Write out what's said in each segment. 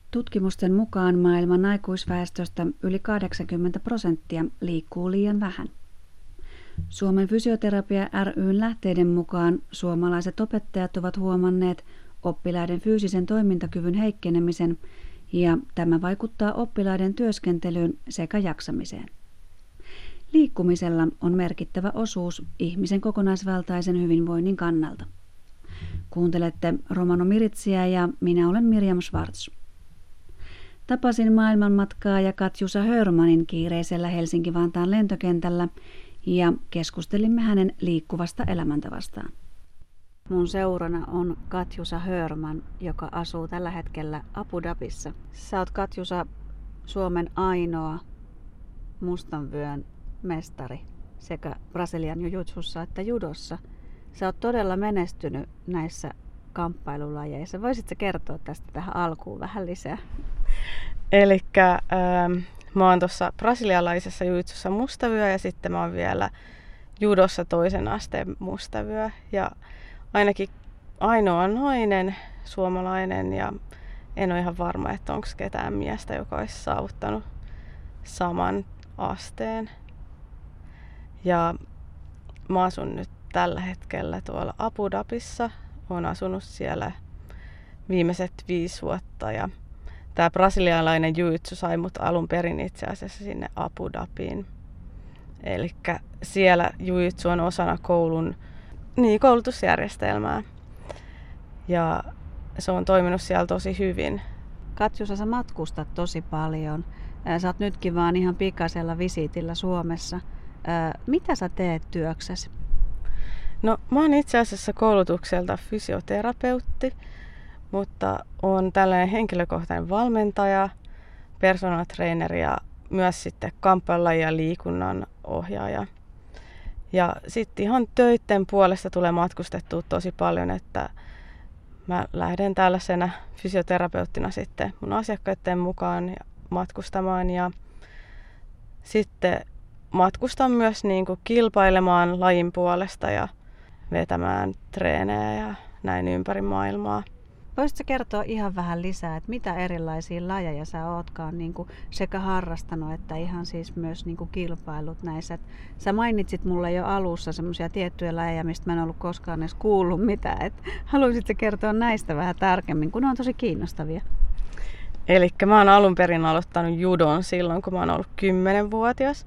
Tutkimusten mukaan maailman aikuisväestöstä yli 80% liikkuu liian vähän. Suomen Fysioterapia ry:n lähteiden mukaan suomalaiset opettajat ovat huomanneet oppilaiden fyysisen toimintakyvyn heikkenemisen ja tämä vaikuttaa oppilaiden työskentelyyn sekä jaksamiseen. Liikkumisella on merkittävä osuus ihmisen kokonaisvaltaisen hyvinvoinnin kannalta. Kuuntelette Romano Miritsiä ja minä olen Mirjam Schwartz. Tapasin maailmanmatkaa ja Katjusa Hörmanin kiireisellä Helsinki-Vantaan lentokentällä ja keskustelimme hänen liikkuvasta elämäntavastaan. Mun seurana on Katjusa Hörman, joka asuu tällä hetkellä Abu Dhabissa. Sä oot, Katjusa, Suomen ainoa mustanvyön mestari sekä Brasilian jujutsussa että judossa. Sä oot todella menestynyt näissä kamppailulajeissa. Voisitko kertoa tästä tähän alkuun vähän lisää? Elikkä mä oon tuossa brasilialaisessa jujutsussa mustavyö ja sitten mä oon vielä judossa toisen asteen mustavyö. Ja ainakin ainoa nainen, suomalainen, ja en ole ihan varma, että onko ketään miestä, joka olisi saavuttanut saman asteen. Ja mä asun nyt tällä hetkellä tuolla Abu Dhabissa. Olen asunut siellä viimeiset 5 vuotta ja tämä brasilialainen jujutsu sai mut alun perin itse asiassa sinne Abu Dhabiin. Elikkä siellä jujutsu on osana koulutusjärjestelmää. Ja se on toiminut siellä tosi hyvin. Katjusa, sä matkustat tosi paljon. Sä oot nytkin vaan ihan pikaisella visiitillä Suomessa. Mitä sä teet työksesi? No, mä oon itse asiassa koulutukselta fysioterapeutti, mutta oon tällainen henkilökohtainen valmentaja, personal trainer ja myös sitten kamppailulajien ja liikunnan ohjaaja. Ja sitten ihan töitten puolesta tulee matkustettua tosi paljon, että mä lähden tällaisena fysioterapeuttina sitten mun asiakkaiden mukaan matkustamaan ja sitten matkustan myös niin kuin kilpailemaan lajin puolesta ja vetämään treenejä ja näin ympäri maailmaa. Voisitko kertoa ihan vähän lisää, että mitä erilaisia lajeja sä ootkaan niin kuin sekä harrastanut että ihan siis myös niin kuin kilpailut näissä? Sä mainitsit mulle jo alussa semmoisia tiettyjä lajeja, mistä mä en ollut koskaan edes kuullut mitään. Haluaisitko kertoa näistä vähän tarkemmin, kun ne on tosi kiinnostavia? Elikkä mä oon alun perin aloittanut judon silloin, kun mä oon ollut 10-vuotias.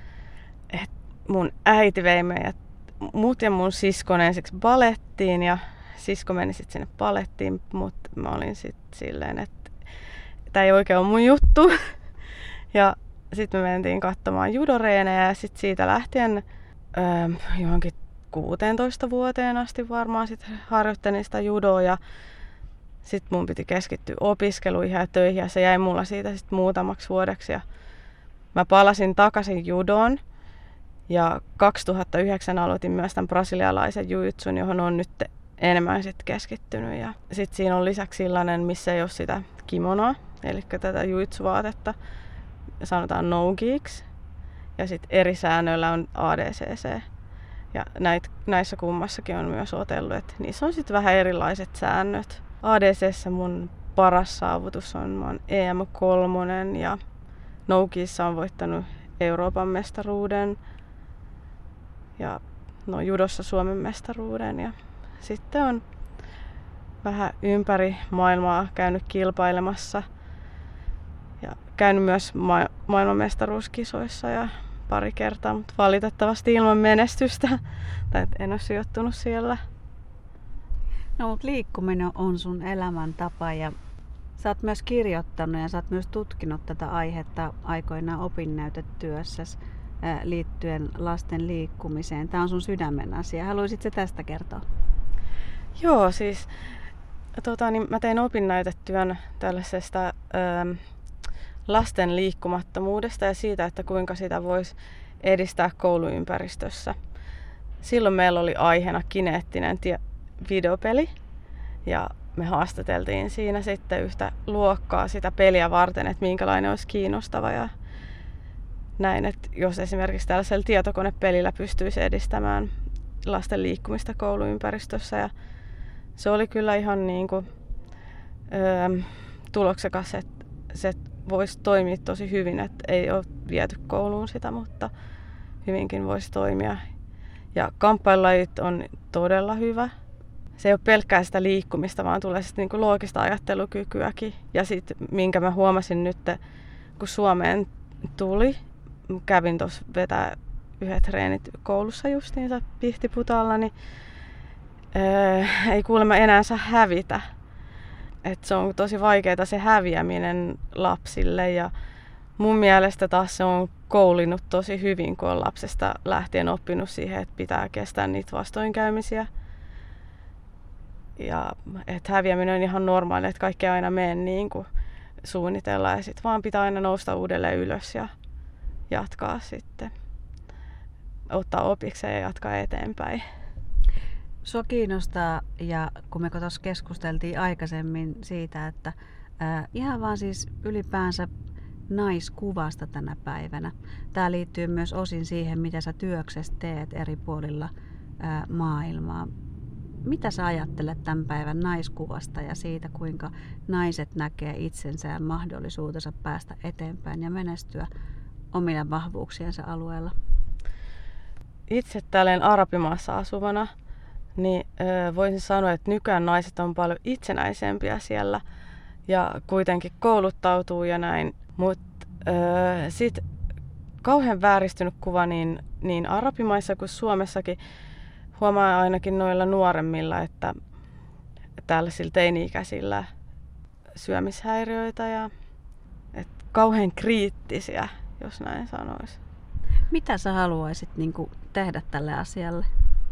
Mun äiti vei mut ja mun siskon ensiksi balettiin ja sisko meni sitten sinne balettiin, mutta mä olin sitten silleen, että tää ei oikein ole mun juttu. Ja sitten me mentiin katsomaan judoreenejä ja sitten siitä lähtien johonkin 16 vuoteen asti varmaan sit harjoittelin sitä judoa ja sitten mun piti keskittyä opiskeluihin ja töihin ja se jäi mulla siitä sitten muutamaksi vuodeksi ja mä palasin takaisin judoon. Ja 2009 aloitin myös tämän brasilialaisen jujutsun, johon on nyt enemmän sit keskittynyt. Ja sitten siinä on lisäksi sellainen, missä ei ole sitä kimonoa, eli tätä jujutsuvaatetta, sanotaan no-giksi. Ja sitten eri säännöillä on ADCC. Ja näissä kummassakin on myös otellut, että niissä on sitten vähän erilaiset säännöt. ADC:ssä mun paras saavutus on, mä oon EM3 ja no-gissa on voittanut Euroopan mestaruuden. Ja judossa Suomen mestaruuden ja sitten on vähän ympäri maailmaa käynyt kilpailemassa ja käynyt myös maailmanmestaruuskisoissa ja pari kertaa, mutta valitettavasti ilman menestystä, tai en ole sijoittunut siellä. No, mutta liikkuminen on sun elämäntapa ja sä oot myös kirjoittanut ja sä oot myös tutkinut tätä aihetta aikoinaan opinnäytetyössäsi liittyen lasten liikkumiseen. Tämä on sun sydämen asia. Haluaisitko tästä kertoa? Joo, siis mä tein opinnäytetyön tällaisesta lasten liikkumattomuudesta ja siitä, että kuinka sitä voisi edistää kouluympäristössä. Silloin meillä oli aiheena kineettinen videopeli ja me haastateltiin siinä sitten yhtä luokkaa sitä peliä varten, että minkälainen olisi kiinnostava ja näin, että jos esimerkiksi tällaisella tietokonepelillä pystyisi edistämään lasten liikkumista kouluympäristössä ja se oli kyllä ihan niin kuin tuloksekas, se voisi toimia tosi hyvin, että ei ole viety kouluun sitä, mutta hyvinkin voisi toimia. Ja kamppailulajit on todella hyvä. Se ei ole pelkkää sitä liikkumista, vaan tulee sitten niinku loogista ajattelukykyäkin. Ja sitten minkä mä huomasin nyt, kun Suomeen tuli, kävin tuossa vetää yhdet treenit koulussa justiinsa Pihtiputaalla, niin ei kuulemma enää saa hävitä. Et se on tosi vaikeaa se häviäminen lapsille ja mun mielestä taas se on koulinut tosi hyvin, kun on lapsesta lähtien oppinut siihen, että pitää kestää niitä vastoinkäymisiä. Ja että häviäminen on ihan normaali, että kaikki ei aina mene niin kuin suunnitellaan ja sitten vaan pitää aina nousta uudelleen ylös ja jatkaa sitten. Ottaa opikseen ja jatkaa eteenpäin. Sua kiinnostaa, ja kun me tuossa keskusteltiin aikaisemmin siitä, että ihan vaan siis ylipäänsä naiskuvasta tänä päivänä. Tämä liittyy myös osin siihen, mitä sä työksessä teet eri puolilla maailmaa. Mitä sä ajattelet tämän päivän naiskuvasta ja siitä, kuinka naiset näkee itsensä ja mahdollisuutensa päästä eteenpäin ja menestyä omilla vahvuuksiensa alueella? Itse tälleen arabimaassa asuvana, niin voisin sanoa, että nykyään naiset on paljon itsenäisempiä siellä ja kuitenkin kouluttautuu ja näin. Mutta sitten kauhean vääristynyt kuva niin arabimaissa kuin Suomessakin huomaa ainakin noilla nuoremmilla, että tällaisilla teini-ikäisillä syömishäiriöitä ja että kauhean kriittisiä, jos näin sanoisi. Mitä sä haluaisit tehdä tälle asialle?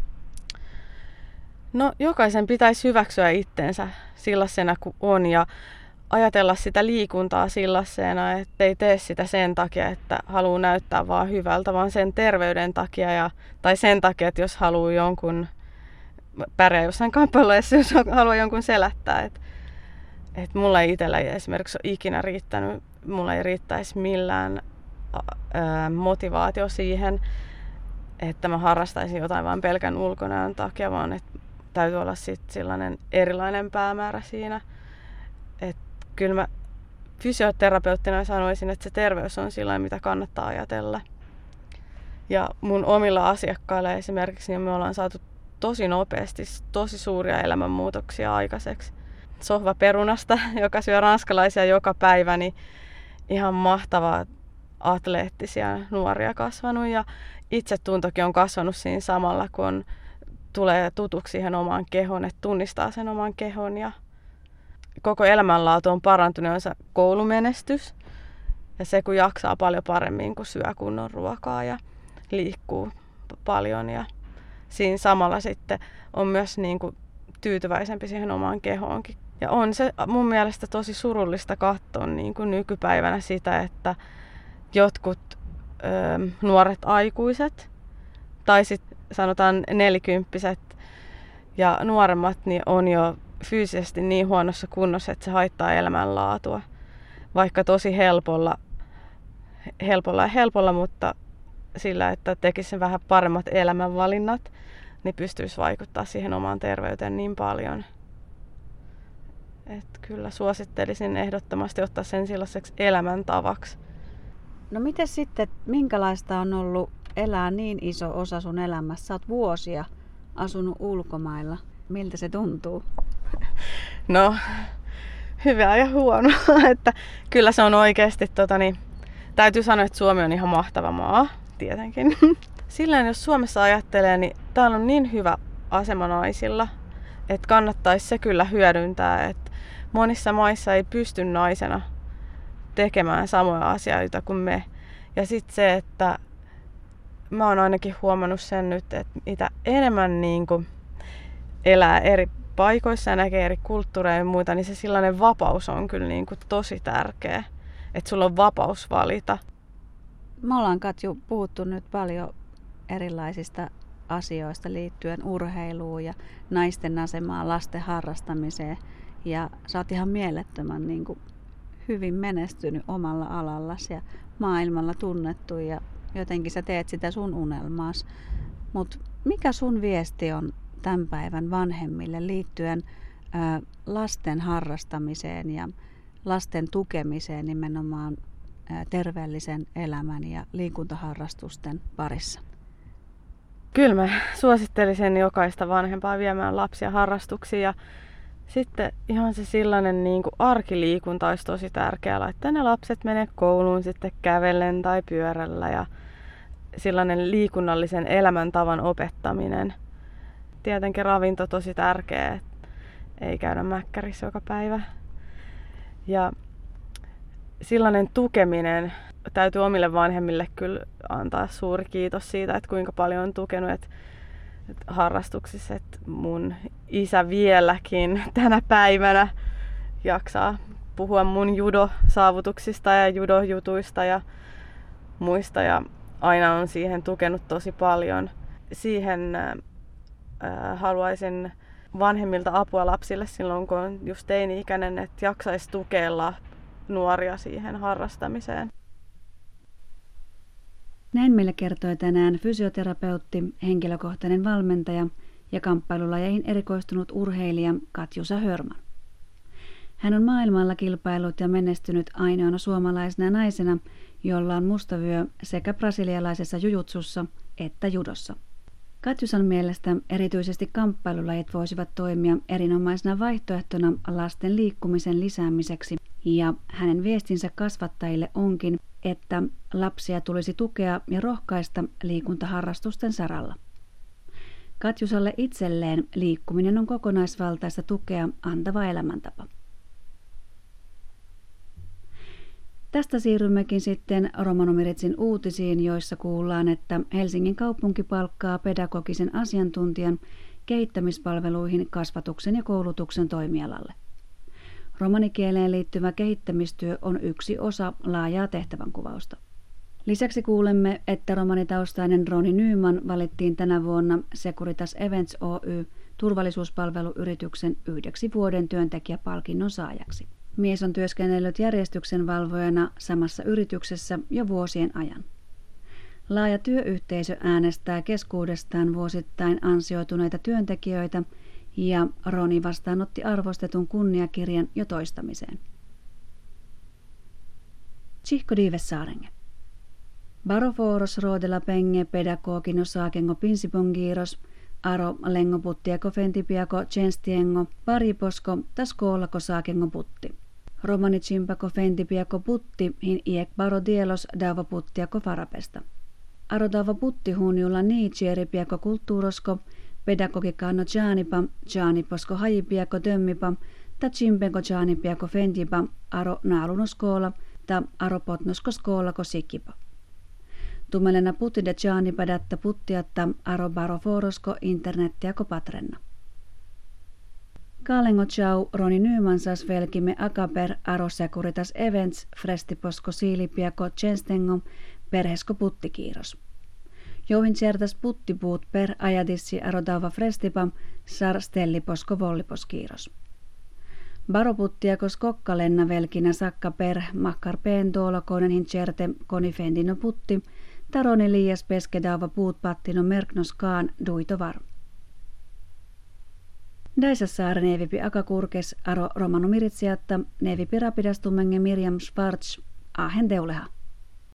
No jokaisen pitäisi hyväksyä itsensä sellaisena kuin on ja ajatella sitä liikuntaa sellaisena, että ei tee sitä sen takia, että haluaa näyttää vaan hyvältä, vaan sen terveyden takia tai sen takia, että jos haluaa jonkun pärjää jossain kamppailussa, jos haluaa jonkun selättää. Että mulla ei itsellä esimerkiksi ole ikinä riittänyt, mulla ei riittäisi millään motivaatio siihen, että mä harrastaisin jotain vain pelkän ulkonäön takia, vaan että täytyy olla sitten sellainen erilainen päämäärä siinä. Että kyllä mä fysioterapeuttina sanoisin, että se terveys on sellainen, mitä kannattaa ajatella. Ja mun omilla asiakkailla esimerkiksi niin me ollaan saatu tosi nopeasti tosi suuria elämänmuutoksia aikaiseksi. Sohvaperunasta, joka syö ranskalaisia joka päivä, niin ihan mahtavaa atleettisia nuoria kasvanut ja itsetuntokin on kasvanut siinä samalla, kun tulee tutuksi siihen omaan kehoon, että tunnistaa sen oman kehon ja koko elämänlaatu on parantunut, on se koulumenestys ja se, kun jaksaa paljon paremmin, kun syö kunnon ruokaa ja liikkuu paljon ja siinä samalla sitten on myös niin kuin tyytyväisempi siihen omaan kehoonkin. Ja on se mun mielestä tosi surullista katsoa niin kuin nykypäivänä sitä, että jotkut nuoret aikuiset tai sitten sanotaan 40-vuotiaat ja nuoremmat niin on jo fyysisesti niin huonossa kunnossa, että se haittaa elämänlaatua. Vaikka tosi helpolla, mutta sillä, että tekisi sen vähän paremmat elämänvalinnat, niin pystyisi vaikuttaa siihen omaan terveyteen niin paljon. Että kyllä suosittelisin ehdottomasti ottaa sen sellaiseksi elämäntavaksi. No miten sitten, minkälaista on ollut elää niin iso osa sun elämässä? Sä oot vuosia asunut ulkomailla. Miltä se tuntuu? No, hyvää ja huonoa. Että kyllä se on oikeasti, täytyy sanoa, että Suomi on ihan mahtava maa, tietenkin. Silleen, jos Suomessa ajattelee, niin täällä on niin hyvä asema naisilla, että kannattaisi se kyllä hyödyntää. Että monissa maissa ei pysty naisena tekemään samoja asioita kuin me. Ja sitten se, että mä oon ainakin huomannut sen nyt, että mitä enemmän niin kuin elää eri paikoissa ja näkee eri kulttuureja ja muuta, niin se sellainen vapaus on kyllä niin kuin tosi tärkeä. Että sulla on vapaus valita. Me ollaan Katju puhuttu nyt paljon erilaisista asioista liittyen urheiluun ja naisten asemaan, lasten harrastamiseen. Ja sä oot ihan mielettömän niin kuin hyvin menestynyt omalla alallasi ja maailmalla tunnettu ja jotenkin sä teet sitä sun unelmaas. Mut mikä sun viesti on tämän päivän vanhemmille liittyen lasten harrastamiseen ja lasten tukemiseen nimenomaan terveellisen elämän ja liikuntaharrastusten parissa? Kyllä mä suosittelisin jokaista vanhempaa viemään lapsia harrastuksiin ja sitten ihan se sellainen niin kuin arkiliikunta olisi tosi tärkeää laittaa ne lapset menee kouluun sitten kävellen tai pyörällä ja sellainen liikunnallisen elämäntavan opettaminen. Tietenkin ravinto tosi tärkeä, ei käydä mäkkärissä joka päivä. Ja sellainen tukeminen, täytyy omille vanhemmille kyllä antaa suuri kiitos siitä, että kuinka paljon on tukenut että harrastuksissa. Että mun isä vieläkin tänä päivänä jaksaa puhua mun judo-saavutuksista ja judo-jutuista ja muista. Ja aina on siihen tukenut tosi paljon. Siihen haluaisin vanhemmilta apua lapsille silloin, kun on just teini-ikäinen, että jaksaisi tukea nuoria siihen harrastamiseen. Näin meille kertoi tänään fysioterapeutti, henkilökohtainen valmentaja ja kamppailulajeihin erikoistunut urheilija Katjusa Hörman. Hän on maailmalla kilpailut ja menestynyt ainoana suomalaisena naisena, jolla on mustavyö sekä brasilialaisessa jujutsussa että judossa. Katjusan mielestä erityisesti kamppailulajit voisivat toimia erinomaisena vaihtoehtona lasten liikkumisen lisäämiseksi, ja hänen viestinsä kasvattajille onkin, että lapsia tulisi tukea ja rohkaista liikuntaharrastusten saralla. Katjusalle itselleen liikkuminen on kokonaisvaltaista tukea antava elämäntapa. Tästä siirrymmekin sitten Romano Miritsin uutisiin, joissa kuullaan, että Helsingin kaupunki palkkaa pedagogisen asiantuntijan kehittämispalveluihin kasvatuksen ja koulutuksen toimialalle. Romanikieleen liittyvä kehittämistyö on yksi osa laajaa tehtävänkuvausta. Lisäksi kuulemme, että romanitaustainen Roni Nyman valittiin tänä vuonna Securitas Events Oy turvallisuuspalveluyrityksen 1 vuoden työntekijäpalkinnon saajaksi. Mies on työskennellyt järjestyksenvalvojana samassa yrityksessä jo vuosien ajan. Laaja työyhteisö äänestää keskuudestaan vuosittain ansioituneita työntekijöitä ja Roni vastaanotti arvostetun kunniakirjan jo toistamiseen. Tsihko Diivessaarengen. Baroforos roodella penge pedagogino saakengo pinsipongiiros, aro lengo puttiako fentipiako tjenstiengo, pariposko tas koolako saakengo putti. Romani chimpako fentipiako putti hin iek baro dielos dava puttiako farapesta. Aro dava putti huunjulla niitsieripiako kulttuurosko, pedagogikano jaaniposko hajipiako dömmipa, ta chimpenko jaanipiako fentipa, aro naalunoskoola, ta aro potnosko skoolako sikipa. Tumelena puttide jaanipadatta puttiatta aro baroforosko internettiako patrenna. Kaalengo chau Roni Nyman sas velkimme akaper aro Securitas Events frestiposko siilipiako tjenstengo perhesko puttikiiros. Jouhin certas puttipuut per ajadissi arodava frestipa sar stelliposko volliposkiiros. Baroputtiakos kokkalenna velkinä sakka per makkar pentoolakoinen hin certe konifendino putti, taroni liias peskedava puut pattino merknoskaan duitovar. Daisassaare nevipi akakurkes aro Romano Miritsiatta nevipi rapidastumenge Miriam Schwartz ahen teuleha.